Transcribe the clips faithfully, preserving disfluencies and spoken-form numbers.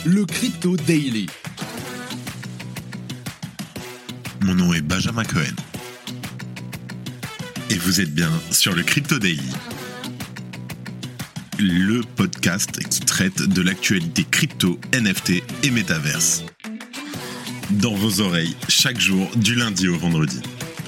le Crypto Daily. Mon nom est Benjamin Cohen. Et vous êtes bien sur le Crypto Daily, le podcast qui traite de l'actualité crypto, N F T et métaverse. Dans vos oreilles, chaque jour, du lundi au vendredi.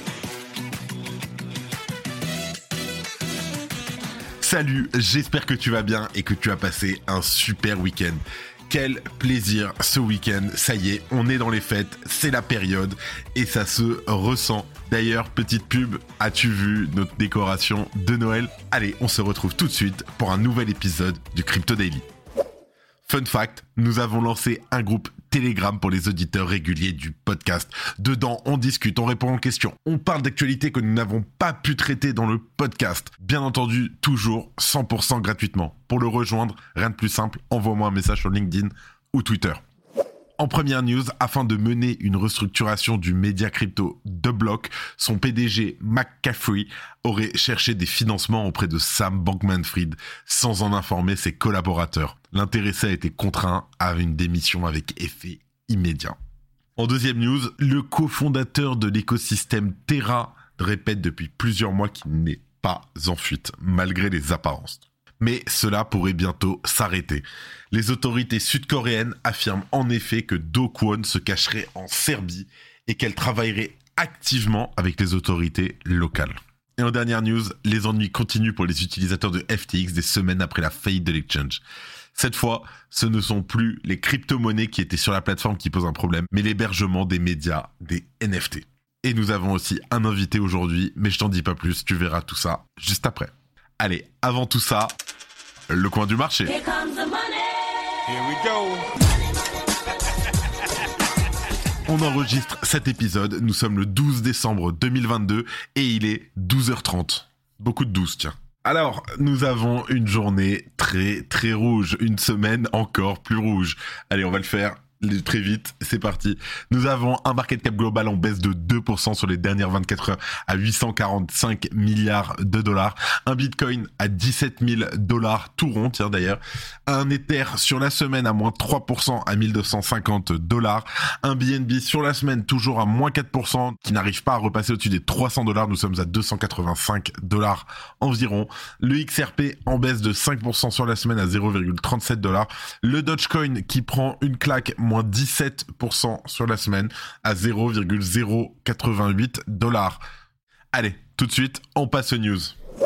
Salut, j'espère que tu vas bien et que tu as passé un super week-end. Quel plaisir ce week-end, ça y est, on est dans les fêtes, c'est la période et ça se ressent. D'ailleurs, petite pub, as-tu vu notre décoration de Noël ? Allez, on se retrouve tout de suite pour un nouvel épisode du Crypto Daily. Fun fact, nous avons lancé un groupe Telegram pour les auditeurs réguliers du podcast. Dedans, on discute, on répond aux questions, on parle d'actualités que nous n'avons pas pu traiter dans le podcast. Bien entendu, toujours cent pour cent gratuitement. Pour le rejoindre, rien de plus simple, envoie-moi un message sur LinkedIn ou Twitter. En première news, afin de mener une restructuration du média crypto TheBlock, son P D G McCaffrey aurait cherché des financements auprès de Sam Bankman-Fried sans en informer ses collaborateurs. L'intéressé a été contraint à une démission avec effet immédiat. En deuxième news, le cofondateur de l'écosystème Terra répète depuis plusieurs mois qu'il n'est pas en fuite, malgré les apparences. Mais cela pourrait bientôt s'arrêter. Les autorités sud-coréennes affirment en effet que Do Kwon se cacherait en Serbie et qu'elle travaillerait activement avec les autorités locales. Et en dernière news, les ennuis continuent pour les utilisateurs de F T X des semaines après la faillite de l'exchange. Cette fois, ce ne sont plus les crypto-monnaies qui étaient sur la plateforme qui posent un problème, mais l'hébergement des médias, des N F T. Et nous avons aussi un invité aujourd'hui, mais je t'en dis pas plus, tu verras tout ça juste après. Allez, avant tout ça, le coin du marché. Here comes the money. Here we go. On enregistre cet épisode, nous sommes le douze décembre deux mille vingt-deux et il est douze heures trente. Beaucoup de douze, tiens. Alors, nous avons une journée très très rouge, une semaine encore plus rouge. Allez, on va le faire très vite, c'est parti. Nous avons un market cap global en baisse de deux pour cent sur les dernières vingt-quatre heures à huit cent quarante-cinq milliards de dollars. Un Bitcoin à dix-sept mille dollars tout rond, tiens d'ailleurs. Un Ether sur la semaine à moins trois pour cent à mille deux cent cinquante dollars. Un B N B sur la semaine toujours à moins quatre pour cent qui n'arrive pas à repasser au-dessus des trois cents dollars. Nous sommes à deux cent quatre-vingt-cinq dollars environ. Le X R P en baisse de cinq pour cent sur la semaine à zéro virgule trente-sept dollars. Le Dogecoin qui prend une claque moins dix-sept pour cent sur la semaine à zéro virgule zéro quatre-vingt-huit dollars. Allez, tout de suite, on passe aux news.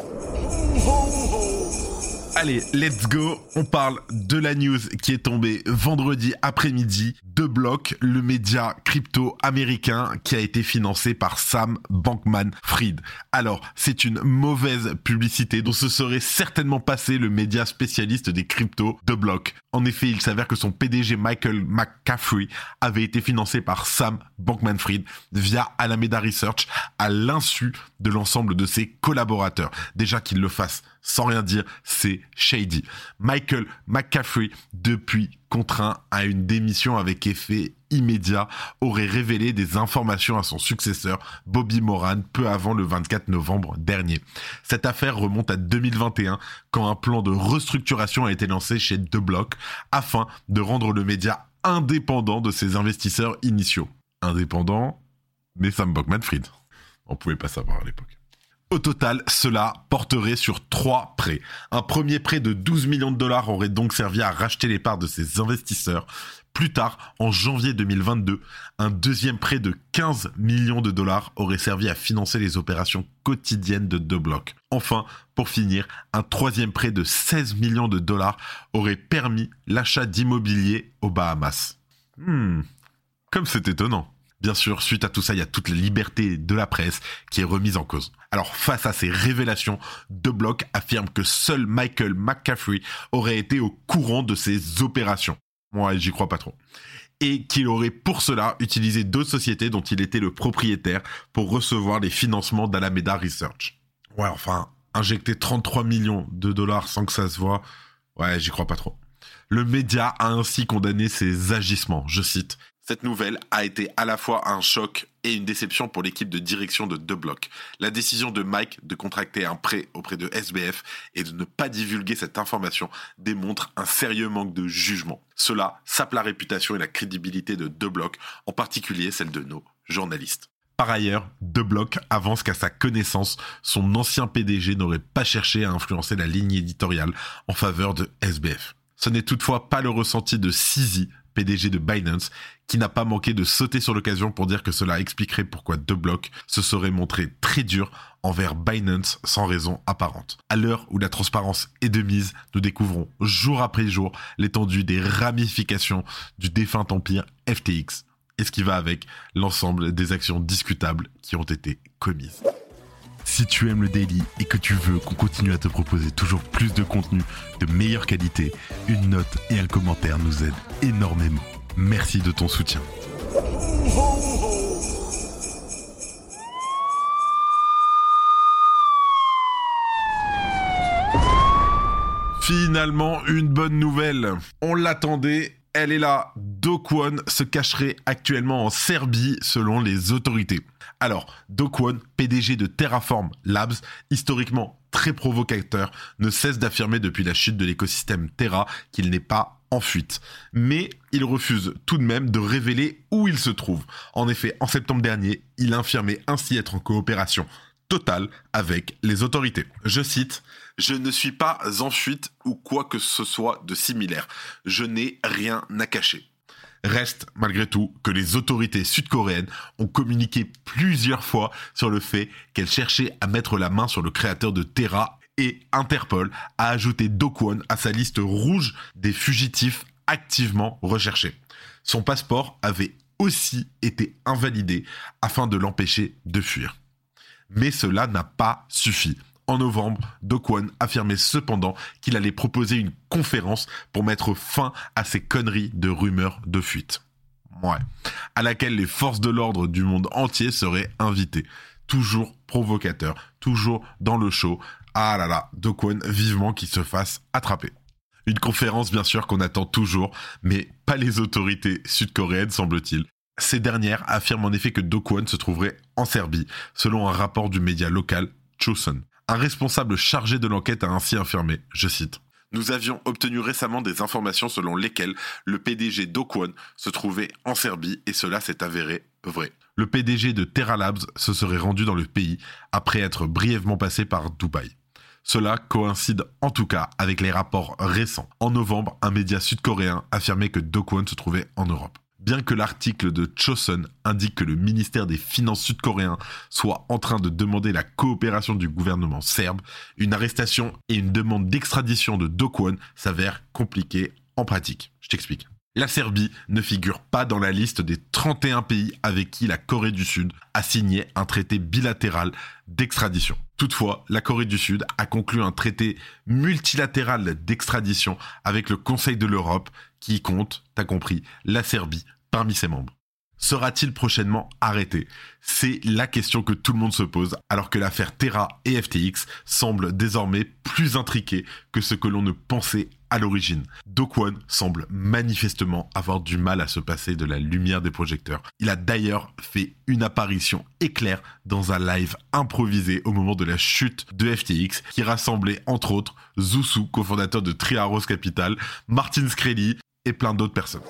Allez, let's go. On parle de la news qui est tombée vendredi après-midi. TheBlock, le média crypto américain qui a été financé par Sam Bankman-Fried. Alors, c'est une mauvaise publicité dont se serait certainement passé le média spécialiste des cryptos TheBlock. En effet, il s'avère que son P D G Michael McCaffrey avait été financé par Sam Bankman-Fried via Alameda Research à l'insu de l'ensemble de ses collaborateurs. Déjà qu'il le fasse sans rien dire, c'est shady. Michael McCaffrey, depuis contraint à une démission avec effet immédiat, aurait révélé des informations à son successeur, Bobby Moran, peu avant le vingt-quatre novembre dernier. Cette affaire remonte à deux mille vingt et un, quand un plan de restructuration a été lancé chez TheBlock, afin de rendre le média indépendant de ses investisseurs initiaux. Indépendant, mais Sam Bankman-Fried. On pouvait pas savoir à l'époque. Au total, cela porterait sur trois prêts. Un premier prêt de douze millions de dollars aurait donc servi à racheter les parts de ses investisseurs. Plus tard, en janvier deux mille vingt-deux, un deuxième prêt de quinze millions de dollars aurait servi à financer les opérations quotidiennes de TheBlock. Enfin, pour finir, un troisième prêt de seize millions de dollars aurait permis l'achat d'immobilier aux Bahamas. Hmm, comme c'est étonnant. Bien sûr, suite à tout ça, il y a toute la liberté de la presse qui est remise en cause. Alors, face à ces révélations, TheBlock affirme que seul Michael McCaffrey aurait été au courant de ces opérations. Moi, j'y crois pas trop. Et qu'il aurait pour cela utilisé d'autres sociétés dont il était le propriétaire pour recevoir les financements d'Alameda Research. Ouais, enfin, injecter trente-trois millions de dollars sans que ça se voit, ouais, j'y crois pas trop. Le média a ainsi condamné ces agissements, je cite. Cette nouvelle a été à la fois un choc et une déception pour l'équipe de direction de deux blocs. La décision de Mike de contracter un prêt auprès de S B F et de ne pas divulguer cette information démontre un sérieux manque de jugement. Cela sape la réputation et la crédibilité de deux blocs, en particulier celle de nos journalistes. Par ailleurs, deux blocs avance qu'à sa connaissance, son ancien P D G n'aurait pas cherché à influencer la ligne éditoriale en faveur de S B F. Ce n'est toutefois pas le ressenti de Sizi, P D G de Binance, qui n'a pas manqué de sauter sur l'occasion pour dire que cela expliquerait pourquoi deux blocs se serait montré très dur envers Binance sans raison apparente. À l'heure où la transparence est de mise, nous découvrons jour après jour l'étendue des ramifications du défunt empire F T X et ce qui va avec l'ensemble des actions discutables qui ont été commises. Si tu aimes le Daily et que tu veux qu'on continue à te proposer toujours plus de contenu de meilleure qualité, une note et un commentaire nous aident énormément. Merci de ton soutien. Finalement, une bonne nouvelle. On l'attendait. Elle est là, Do Kwon se cacherait actuellement en Serbie selon les autorités. Alors, Do Kwon, P D G de Terraform Labs, historiquement très provocateur, ne cesse d'affirmer depuis la chute de l'écosystème Terra qu'il n'est pas en fuite. Mais il refuse tout de même de révéler où il se trouve. En effet, en septembre dernier, il affirmait ainsi être en coopération totale avec les autorités. Je cite « Je ne suis pas en fuite ou quoi que ce soit de similaire. Je n'ai rien à cacher. » Reste malgré tout que les autorités sud-coréennes ont communiqué plusieurs fois sur le fait qu'elles cherchaient à mettre la main sur le créateur de Terra et Interpol a ajouté Do Kwon à sa liste rouge des fugitifs activement recherchés. Son passeport avait aussi été invalidé afin de l'empêcher de fuir. Mais cela n'a pas suffi. En novembre, Do Kwon affirmait cependant qu'il allait proposer une conférence pour mettre fin à ces conneries de rumeurs de fuite. Ouais. À laquelle les forces de l'ordre du monde entier seraient invitées. Toujours provocateur, toujours dans le show. Ah là là, Do Kwon vivement qu'il se fasse attraper. Une conférence bien sûr qu'on attend toujours, mais pas les autorités sud-coréennes semble-t-il. Ces dernières affirment en effet que Do Kwon se trouverait en Serbie, selon un rapport du média local Chosun. Un responsable chargé de l'enquête a ainsi affirmé, je cite, « Nous avions obtenu récemment des informations selon lesquelles le P D G Do Kwon se trouvait en Serbie et cela s'est avéré vrai. Le P D G de Terra Labs se serait rendu dans le pays après être brièvement passé par Dubaï. Cela coïncide en tout cas avec les rapports récents. En novembre, un média sud-coréen affirmait que Do Kwon se trouvait en Europe. Bien que l'article de Chosun indique que le ministère des Finances sud-coréen soit en train de demander la coopération du gouvernement serbe, une arrestation et une demande d'extradition de Do Kwon s'avèrent compliquées en pratique. Je t'explique. La Serbie ne figure pas dans la liste des trente et un pays avec qui la Corée du Sud a signé un traité bilatéral d'extradition. Toutefois, la Corée du Sud a conclu un traité multilatéral d'extradition avec le Conseil de l'Europe qui compte, t'as compris, la Serbie parmi ses membres. Sera-t-il prochainement arrêté ? C'est la question que tout le monde se pose, alors que l'affaire Terra et F T X semble désormais plus intriquée que ce que l'on ne pensait à l'origine. Do Kwon semble manifestement avoir du mal à se passer de la lumière des projecteurs. Il a d'ailleurs fait une apparition éclair dans un live improvisé au moment de la chute de F T X, qui rassemblait entre autres Zoussou, cofondateur de Triaros Capital, Martin Shkreli et plein d'autres personnes.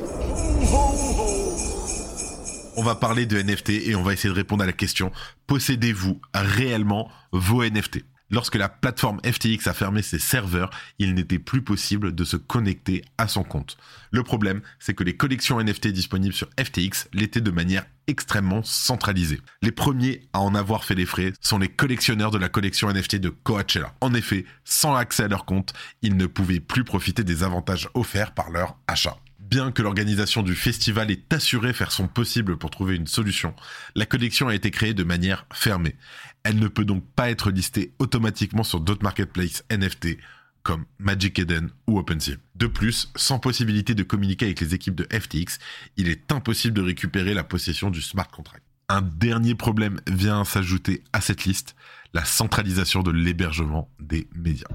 On va parler de N F T et on va essayer de répondre à la question « Possédez-vous réellement vos N F T ?» Lorsque la plateforme F T X a fermé ses serveurs, il n'était plus possible de se connecter à son compte. Le problème, c'est que les collections N F T disponibles sur F T X l'étaient de manière extrêmement centralisée. Les premiers à en avoir fait les frais sont les collectionneurs de la collection N F T de Coachella. En effet, sans accès à leur compte, ils ne pouvaient plus profiter des avantages offerts par leur achat. Bien que l'organisation du festival ait assuré faire son possible pour trouver une solution, la collection a été créée de manière fermée. Elle ne peut donc pas être listée automatiquement sur d'autres marketplaces N F T comme Magic Eden ou OpenSea. De plus, sans possibilité de communiquer avec les équipes de F T X, il est impossible de récupérer la possession du smart contract. Un dernier problème vient s'ajouter à cette liste, la centralisation de l'hébergement des médias.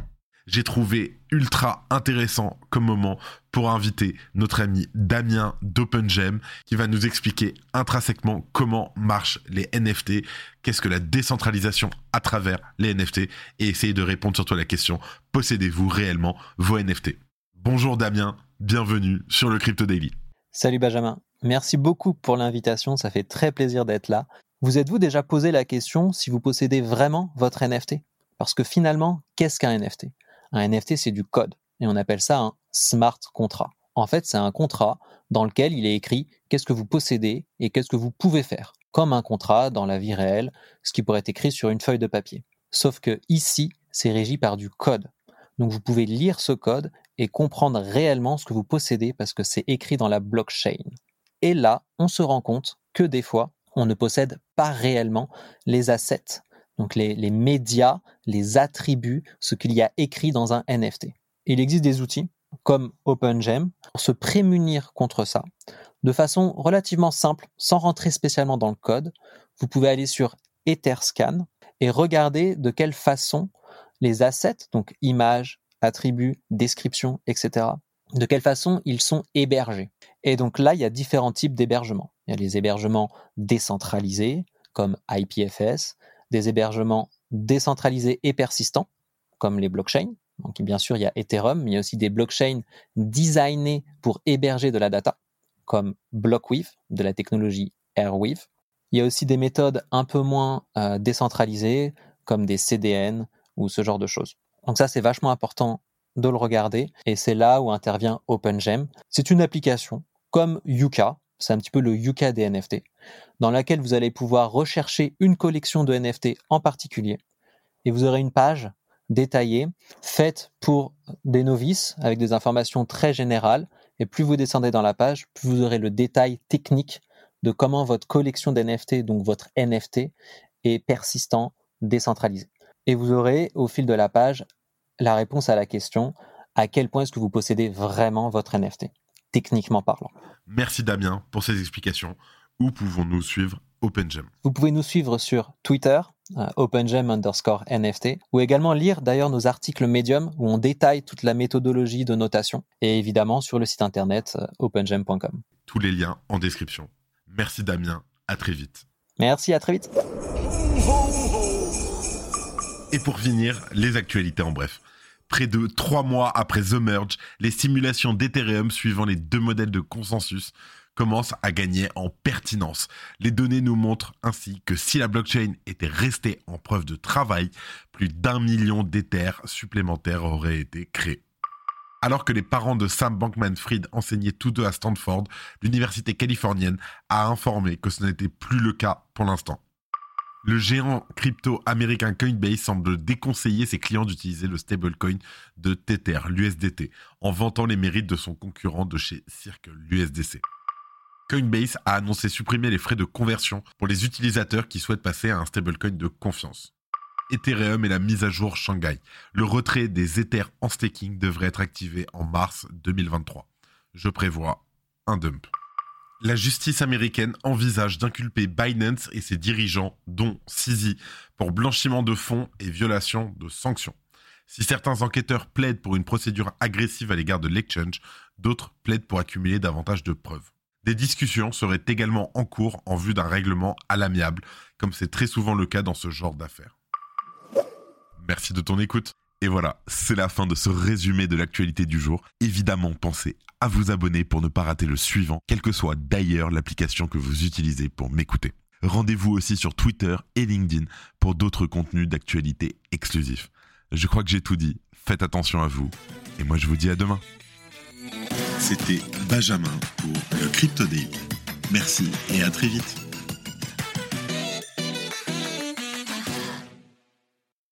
j'ai trouvé ultra intéressant comme moment pour inviter notre ami Damien d'OpenGem qui va nous expliquer intrinsèquement comment marchent les N F T, qu'est-ce que la décentralisation à travers les N F T et essayer de répondre surtout à la question « Possédez-vous réellement vos N F T ?» Bonjour Damien, bienvenue sur le Crypto Daily. Salut Benjamin, merci beaucoup pour l'invitation, ça fait très plaisir d'être là. Vous êtes-vous déjà posé la question si vous possédez vraiment votre N F T ? Parce que finalement, qu'est-ce qu'un N F T ? Un N F T, c'est du code et on appelle ça un smart contract. En fait, c'est un contrat dans lequel il est écrit qu'est-ce que vous possédez et qu'est-ce que vous pouvez faire. Comme un contrat dans la vie réelle, ce qui pourrait être écrit sur une feuille de papier. Sauf que ici, c'est régi par du code. Donc vous pouvez lire ce code et comprendre réellement ce que vous possédez parce que c'est écrit dans la blockchain. Et là, on se rend compte que des fois, on ne possède pas réellement les assets. Donc les, les médias, les attributs, ce qu'il y a écrit dans un N F T. Il existe des outils comme OpenGem pour se prémunir contre ça. De façon relativement simple, sans rentrer spécialement dans le code, vous pouvez aller sur Etherscan et regarder de quelle façon les assets, donc images, attributs, descriptions, et cetera, de quelle façon ils sont hébergés. Et donc là, il y a différents types d'hébergements. Il y a les hébergements décentralisés, comme I P F S, des hébergements décentralisés et persistants, comme les blockchains. Donc, bien sûr, il y a Ethereum, mais il y a aussi des blockchains designées pour héberger de la data, comme Blockweave, de la technologie Airweave. Il y a aussi des méthodes un peu moins euh, décentralisées, comme des C D N ou ce genre de choses. Donc ça, c'est vachement important de le regarder, et c'est là où intervient OpenGem. C'est une application comme Yuka, c'est un petit peu le Yuka des N F T, dans laquelle vous allez pouvoir rechercher une collection de N F T en particulier, et vous aurez une page détaillée, faite pour des novices, avec des informations très générales, et plus vous descendez dans la page, plus vous aurez le détail technique de comment votre collection d'N F T, donc votre N F T, est persistant, décentralisé. Et vous aurez, au fil de la page, la réponse à la question « À quel point est-ce que vous possédez vraiment votre N F T ?» techniquement parlant. Merci Damien pour ces explications. Où pouvons-nous suivre OpenGem ? Vous pouvez nous suivre sur Twitter, euh, OpenGem underscore N F T, ou également lire d'ailleurs nos articles Medium où on détaille toute la méthodologie de notation, et évidemment sur le site internet euh, opengem point com. Tous les liens en description. Merci Damien, à très vite. Merci, à très vite. Et pour finir, les actualités en bref. Près de trois mois après The Merge, les simulations d'Ethereum suivant les deux modèles de consensus commencent à gagner en pertinence. Les données nous montrent ainsi que si la blockchain était restée en preuve de travail, plus d'un million d'Ethers supplémentaires auraient été créés. Alors que les parents de Sam Bankman-Fried enseignaient tous deux à Stanford, l'université californienne a informé que ce n'était plus le cas pour l'instant. Le géant crypto américain Coinbase semble déconseiller ses clients d'utiliser le stablecoin de Tether, l'U S D T, en vantant les mérites de son concurrent de chez Circle, l'U S D C. Coinbase a annoncé supprimer les frais de conversion pour les utilisateurs qui souhaitent passer à un stablecoin de confiance. Ethereum et la mise à jour Shanghai. Le retrait des Ethers en staking devrait être activé en mars deux mille vingt-trois. Je prévois un dump. La justice américaine envisage d'inculper Binance et ses dirigeants, dont Sisi, pour blanchiment de fonds et violation de sanctions. Si certains enquêteurs plaident pour une procédure agressive à l'égard de l'exchange, d'autres plaident pour accumuler davantage de preuves. Des discussions seraient également en cours en vue d'un règlement à l'amiable, comme c'est très souvent le cas dans ce genre d'affaires. Merci de ton écoute. Et voilà, c'est la fin de ce résumé de l'actualité du jour. Évidemment, pensez à vous abonner pour ne pas rater le suivant, quelle que soit d'ailleurs l'application que vous utilisez pour m'écouter. Rendez-vous aussi sur Twitter et LinkedIn pour d'autres contenus d'actualité exclusifs. Je crois que j'ai tout dit, faites attention à vous, et moi je vous dis à demain. C'était Benjamin pour le Crypto Daily. Merci et à très vite.